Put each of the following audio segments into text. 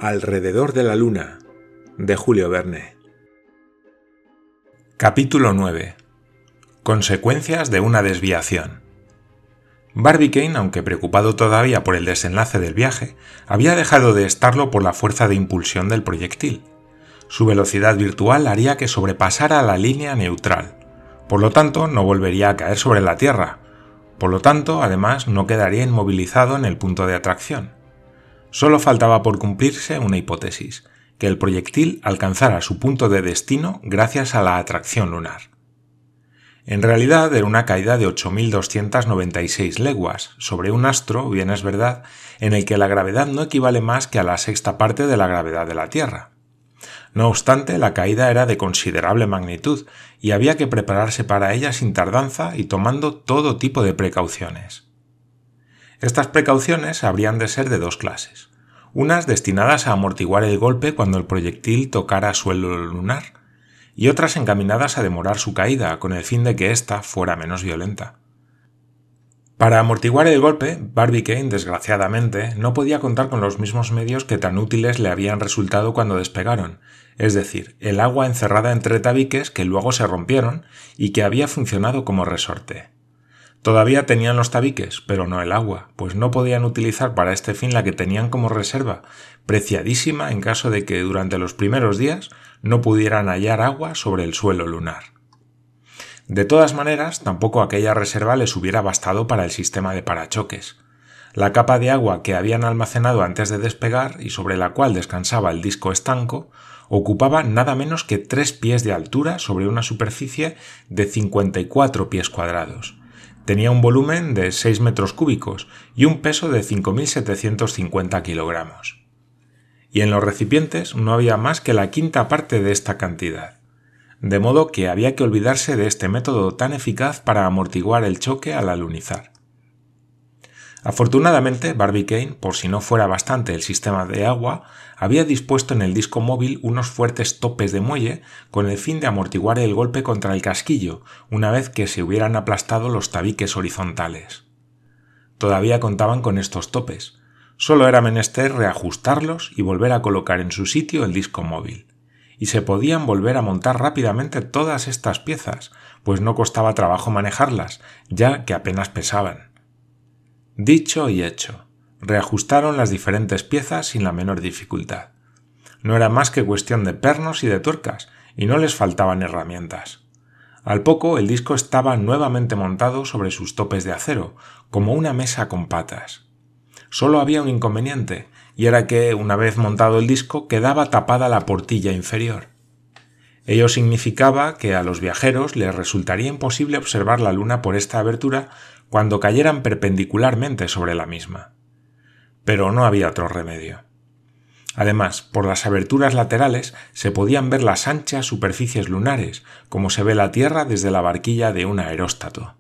Alrededor de la Luna, de Julio Verne. Capítulo 9. Consecuencias de una desviación. Barbicane, aunque preocupado todavía por el desenlace del viaje, había dejado de estarlo por la fuerza de impulsión del proyectil. Su velocidad virtual haría que sobrepasara la línea neutral. Por lo tanto, no volvería a caer sobre la Tierra. Por lo tanto, además, no quedaría inmovilizado en el punto de atracción. Solo faltaba por cumplirse una hipótesis, que el proyectil alcanzara su punto de destino gracias a la atracción lunar. En realidad era una caída de 8.296 leguas sobre un astro, bien es verdad, en el que la gravedad no equivale más que a la sexta parte de la gravedad de la Tierra. No obstante, la caída era de considerable magnitud y había que prepararse para ella sin tardanza y tomando todo tipo de precauciones. Estas precauciones habrían de ser de dos clases, unas destinadas a amortiguar el golpe cuando el proyectil tocara suelo lunar, y otras encaminadas a demorar su caída con el fin de que ésta fuera menos violenta. Para amortiguar el golpe, Barbicane, desgraciadamente, no podía contar con los mismos medios que tan útiles le habían resultado cuando despegaron, es decir, el agua encerrada entre tabiques que luego se rompieron y que había funcionado como resorte. Todavía tenían los tabiques, pero no el agua, pues no podían utilizar para este fin la que tenían como reserva, preciadísima en caso de que durante los primeros días no pudieran hallar agua sobre el suelo lunar. De todas maneras, tampoco aquella reserva les hubiera bastado para el sistema de parachoques. La capa de agua que habían almacenado antes de despegar y sobre la cual descansaba el disco estanco ocupaba nada menos que 3 pies de altura sobre una superficie de 54 pies cuadrados. Tenía un volumen de 6 metros cúbicos y un peso de 5.750 kilogramos. Y en los recipientes no había más que la quinta parte de esta cantidad. De modo que había que olvidarse de este método tan eficaz para amortiguar el choque al alunizar. Afortunadamente, Barbicane, por si no fuera bastante el sistema de agua, había dispuesto en el disco móvil unos fuertes topes de muelle con el fin de amortiguar el golpe contra el casquillo una vez que se hubieran aplastado los tabiques horizontales. Todavía contaban con estos topes. Solo era menester reajustarlos y volver a colocar en su sitio el disco móvil. Y se podían volver a montar rápidamente todas estas piezas, pues no costaba trabajo manejarlas, ya que apenas pesaban. Dicho y hecho, reajustaron las diferentes piezas sin la menor dificultad. No era más que cuestión de pernos y de tuercas, y no les faltaban herramientas. Al poco el disco estaba nuevamente montado sobre sus topes de acero, como una mesa con patas. Solo había un inconveniente, y era que, una vez montado el disco, quedaba tapada la portilla inferior. Ello significaba que a los viajeros les resultaría imposible observar la luna por esta abertura cuando cayeran perpendicularmente sobre la misma. Pero no había otro remedio. Además, por las aberturas laterales se podían ver las anchas superficies lunares, como se ve la Tierra desde la barquilla de un aeróstato.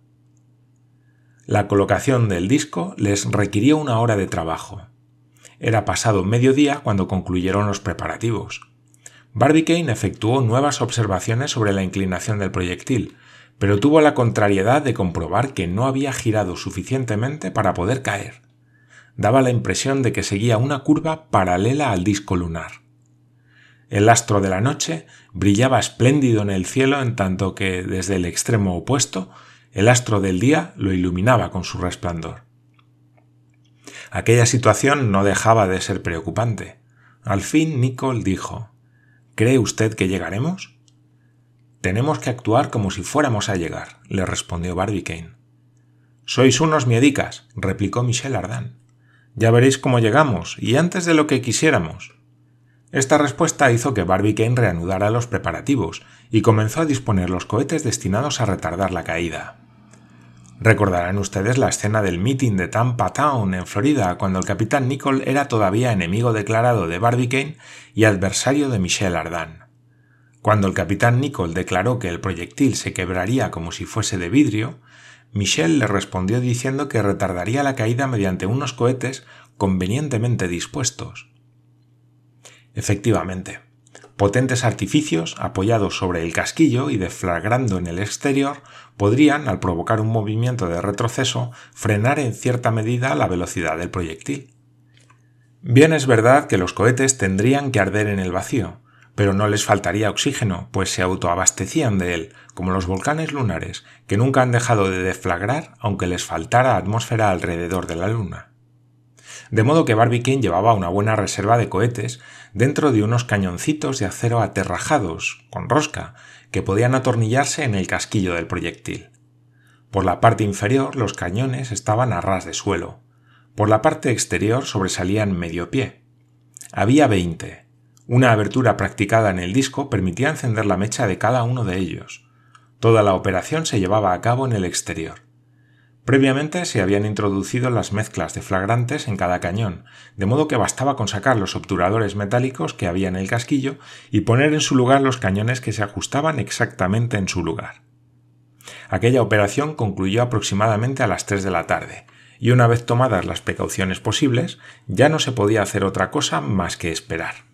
La colocación del disco les requirió 1 hora de trabajo. Era pasado mediodía cuando concluyeron los preparativos. Barbicane efectuó nuevas observaciones sobre la inclinación del proyectil, pero tuvo la contrariedad de comprobar que no había girado suficientemente para poder caer. Daba la impresión de que seguía una curva paralela al disco lunar. El astro de la noche brillaba espléndido en el cielo en tanto que, desde el extremo opuesto, el astro del día lo iluminaba con su resplandor. Aquella situación no dejaba de ser preocupante. Al fin Nicholl dijo: «¿Cree usted que llegaremos?» «Tenemos que actuar como si fuéramos a llegar», le respondió Barbicane. «Sois unos miedicas», replicó Michel Ardan. «Ya veréis cómo llegamos, y antes de lo que quisiéramos». Esta respuesta hizo que Barbicane reanudara los preparativos y comenzó a disponer los cohetes destinados a retardar la caída. Recordarán ustedes la escena del mitin de Tampa Town, en Florida, cuando el capitán Nicholl era todavía enemigo declarado de Barbicane y adversario de Michel Ardan. Cuando el capitán Nicholl declaró que el proyectil se quebraría como si fuese de vidrio, Michel le respondió diciendo que retardaría la caída mediante unos cohetes convenientemente dispuestos. Efectivamente, potentes artificios apoyados sobre el casquillo y deflagrando en el exterior podrían, al provocar un movimiento de retroceso, frenar en cierta medida la velocidad del proyectil. Bien es verdad que los cohetes tendrían que arder en el vacío, pero no les faltaría oxígeno, pues se autoabastecían de él, como los volcanes lunares, que nunca han dejado de deflagrar aunque les faltara atmósfera alrededor de la Luna. De modo que Barbicane llevaba una buena reserva de cohetes dentro de unos cañoncitos de acero aterrajados, con rosca, que podían atornillarse en el casquillo del proyectil. Por la parte inferior los cañones estaban a ras de suelo. Por la parte exterior sobresalían medio pie. Había 20. Una abertura practicada en el disco permitía encender la mecha de cada uno de ellos. Toda la operación se llevaba a cabo en el exterior. Previamente se habían introducido las mezclas de flagrantes en cada cañón, de modo que bastaba con sacar los obturadores metálicos que había en el casquillo y poner en su lugar los cañones que se ajustaban exactamente en su lugar. Aquella operación concluyó aproximadamente a las 3 de la tarde, y una vez tomadas las precauciones posibles, ya no se podía hacer otra cosa más que esperar.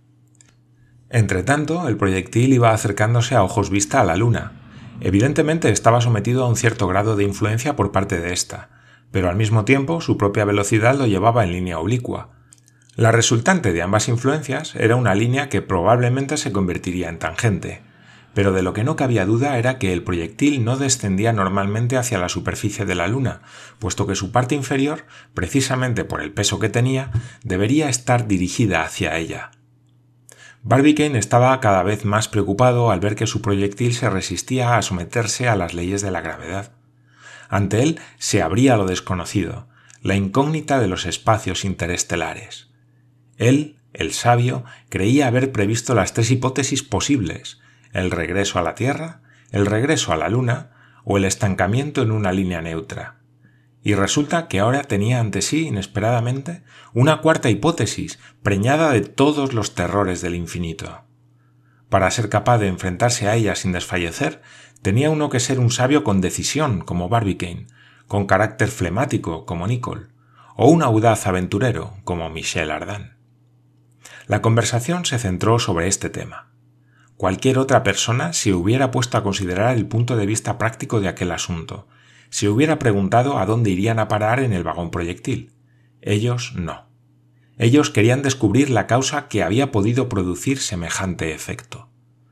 Entretanto, el proyectil iba acercándose a ojos vista a la Luna. Evidentemente estaba sometido a un cierto grado de influencia por parte de ésta, pero al mismo tiempo su propia velocidad lo llevaba en línea oblicua. La resultante de ambas influencias era una línea que probablemente se convertiría en tangente, pero de lo que no cabía duda era que el proyectil no descendía normalmente hacia la superficie de la Luna, puesto que su parte inferior, precisamente por el peso que tenía, debería estar dirigida hacia ella. Barbicane estaba cada vez más preocupado al ver que su proyectil se resistía a someterse a las leyes de la gravedad. Ante él se abría lo desconocido, la incógnita de los espacios interestelares. Él, el sabio, creía haber previsto las 3 hipótesis posibles: el regreso a la Tierra, el regreso a la Luna o el estancamiento en una línea neutra. Y resulta que ahora tenía ante sí, inesperadamente, una cuarta hipótesis, preñada de todos los terrores del infinito. Para ser capaz de enfrentarse a ella sin desfallecer, tenía uno que ser un sabio con decisión, como Barbicane, con carácter flemático, como Nicholl, o un audaz aventurero, como Michel Ardan. La conversación se centró sobre este tema. Cualquier otra persona se hubiera puesto a considerar el punto de vista práctico de aquel asunto. Se hubiera preguntado a dónde irían a parar en el vagón proyectil. Ellos no. Ellos querían descubrir la causa que había podido producir semejante efecto.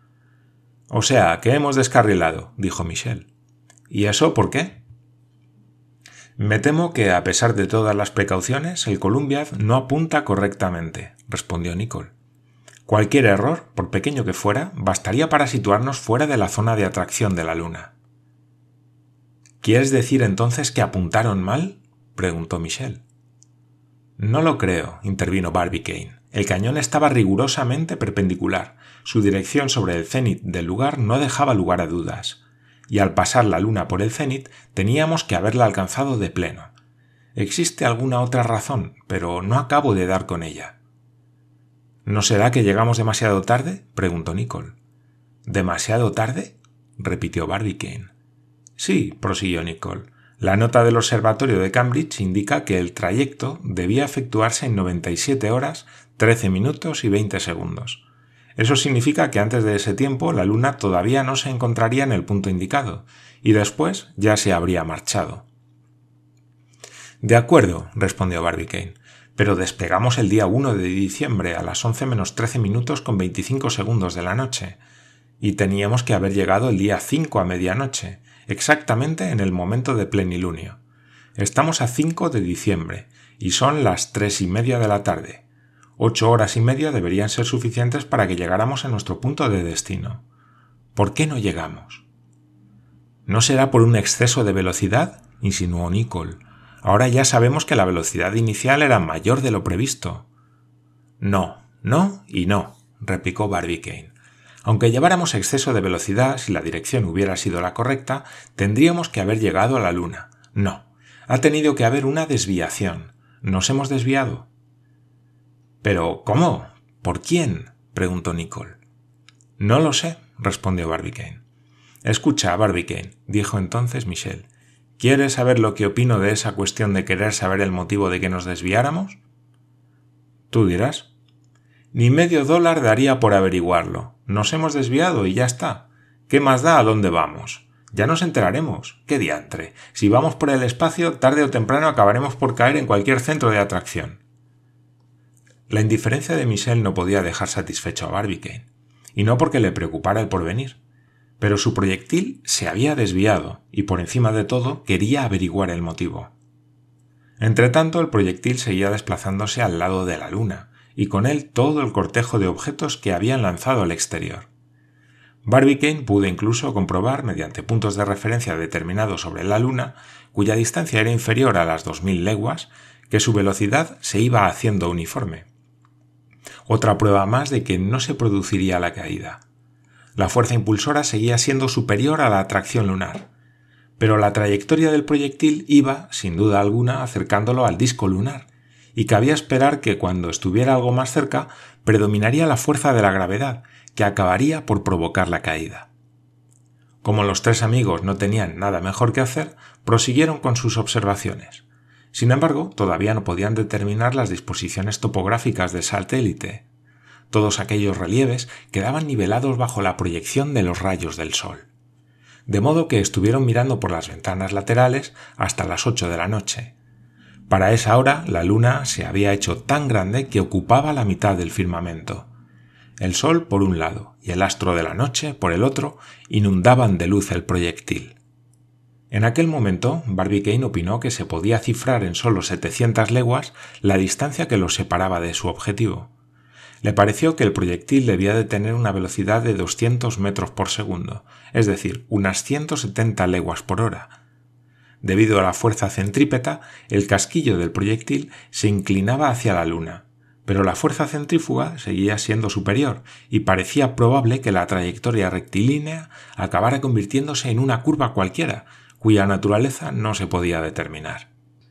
«O sea, que hemos descarrilado», dijo Michel. «¿Y eso por qué?» «Me temo que, a pesar de todas las precauciones, el Columbiad no apunta correctamente», respondió Nicholl. «Cualquier error, por pequeño que fuera, bastaría para situarnos fuera de la zona de atracción de la Luna». «¿Quieres decir entonces que apuntaron mal?», preguntó Michel. «No lo creo», intervino Barbicane. «El cañón estaba rigurosamente perpendicular. Su dirección sobre el cénit del lugar no dejaba lugar a dudas. Y al pasar la Luna por el cénit, teníamos que haberla alcanzado de pleno. Existe alguna otra razón, pero no acabo de dar con ella». «¿No será que llegamos demasiado tarde?», preguntó Nicholl. «¿Demasiado tarde?», repitió Barbicane. «Sí», prosiguió Nicholl. «La nota del observatorio de Cambridge indica que el trayecto debía efectuarse en 97 horas, 13 minutos y 20 segundos. Eso significa que antes de ese tiempo la Luna todavía no se encontraría en el punto indicado, y después ya se habría marchado». «De acuerdo», respondió Barbicane, «pero despegamos el día 1 de diciembre a las 11 menos 13 minutos con 25 segundos de la noche, y teníamos que haber llegado el día 5 a medianoche, exactamente en el momento de plenilunio. Estamos a 5 de diciembre, y son las 3:30 de la tarde. 8 horas y media deberían ser suficientes para que llegáramos a nuestro punto de destino. ¿Por qué no llegamos?» «¿No será por un exceso de velocidad?», insinuó Nicholl. «Ahora ya sabemos que la velocidad inicial era mayor de lo previsto». «No, no y no», replicó Barbicane. «Aunque lleváramos exceso de velocidad, si la dirección hubiera sido la correcta, tendríamos que haber llegado a la Luna. No, ha tenido que haber una desviación. Nos hemos desviado». «¿Pero cómo? ¿Por quién?», preguntó Nicholl. «No lo sé», respondió Barbicane. «Escucha, Barbicane», dijo entonces Michel. «¿Quieres saber lo que opino de esa cuestión de querer saber el motivo de que nos desviáramos?» «Tú dirás». «Ni $0,5 daría por averiguarlo. Nos hemos desviado y ya está. ¿Qué más da a dónde vamos? Ya nos enteraremos. ¡Qué diantre! Si vamos por el espacio, tarde o temprano acabaremos por caer en cualquier centro de atracción». La indiferencia de Michel no podía dejar satisfecho a Barbicane, y no porque le preocupara el porvenir, pero su proyectil se había desviado y por encima de todo quería averiguar el motivo. Entretanto, el proyectil seguía desplazándose al lado de la Luna, y con él todo el cortejo de objetos que habían lanzado al exterior. Barbicane pudo incluso comprobar, mediante puntos de referencia determinados sobre la Luna, cuya distancia era inferior a las 2000 leguas, que su velocidad se iba haciendo uniforme. Otra prueba más de que no se produciría la caída. La fuerza impulsora seguía siendo superior a la atracción lunar, pero la trayectoria del proyectil iba, sin duda alguna, acercándolo al disco lunar, y cabía esperar que cuando estuviera algo más cerca predominaría la fuerza de la gravedad, que acabaría por provocar la caída. Como los tres amigos no tenían nada mejor que hacer, prosiguieron con sus observaciones. Sin embargo, todavía no podían determinar las disposiciones topográficas del satélite. Todos aquellos relieves quedaban nivelados bajo la proyección de los rayos del sol. De modo que estuvieron mirando por las ventanas laterales hasta las 8 de la noche. Para esa hora, la Luna se había hecho tan grande que ocupaba la mitad del firmamento. El sol por un lado y el astro de la noche por el otro inundaban de luz el proyectil. En aquel momento, Barbicane opinó que se podía cifrar en solo 700 leguas la distancia que los separaba de su objetivo. Le pareció que el proyectil debía de tener una velocidad de 200 metros por segundo, es decir, unas 170 leguas por hora. Debido a la fuerza centrípeta, el casquillo del proyectil se inclinaba hacia la Luna, pero la fuerza centrífuga seguía siendo superior y parecía probable que la trayectoria rectilínea acabara convirtiéndose en una curva cualquiera, cuya naturaleza no se podía determinar.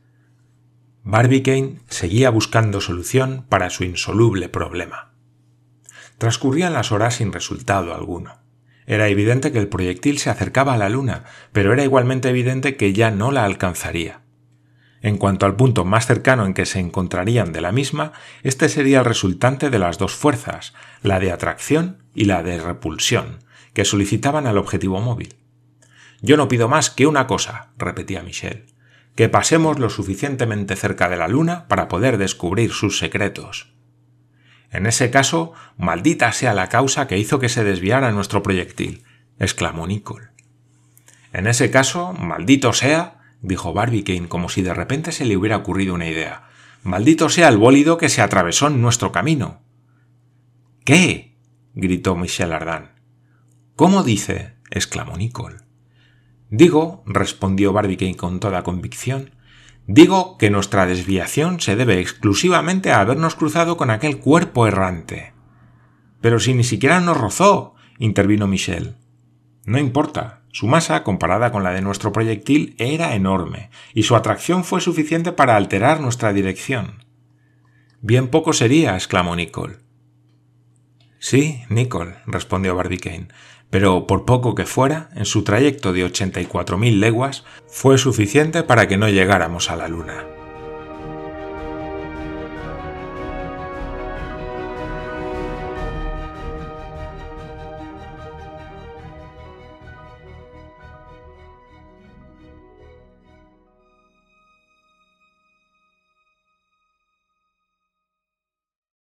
Barbicane seguía buscando solución para su insoluble problema. Transcurrían las horas sin resultado alguno. Era evidente que el proyectil se acercaba a la Luna, pero era igualmente evidente que ya no la alcanzaría. En cuanto al punto más cercano en que se encontrarían de la misma, este sería el resultante de las dos fuerzas, la de atracción y la de repulsión, que solicitaban al objetivo móvil. «Yo no pido más que una cosa», repetía Michel, «que pasemos lo suficientemente cerca de la Luna para poder descubrir sus secretos». «En ese caso, maldita sea la causa que hizo que se desviara nuestro proyectil», exclamó Nicholl. «En ese caso, maldito sea», dijo Barbicane como si de repente se le hubiera ocurrido una idea, «maldito sea el bólido que se atravesó en nuestro camino». «¿Qué?», gritó Michel Ardan. «¿Cómo dice?», exclamó Nicholl. «Digo», respondió Barbicane con toda convicción, «digo que nuestra desviación se debe exclusivamente a habernos cruzado con aquel cuerpo errante». «Pero si ni siquiera nos rozó», intervino Michel. «No importa. Su masa, comparada con la de nuestro proyectil, era enorme, y su atracción fue suficiente para alterar nuestra dirección». «Bien poco sería», exclamó Nicholl. «Sí, Nicholl», respondió Barbicane, «pero por poco que fuera, en su trayecto de 84.000 leguas, fue suficiente para que no llegáramos a la Luna».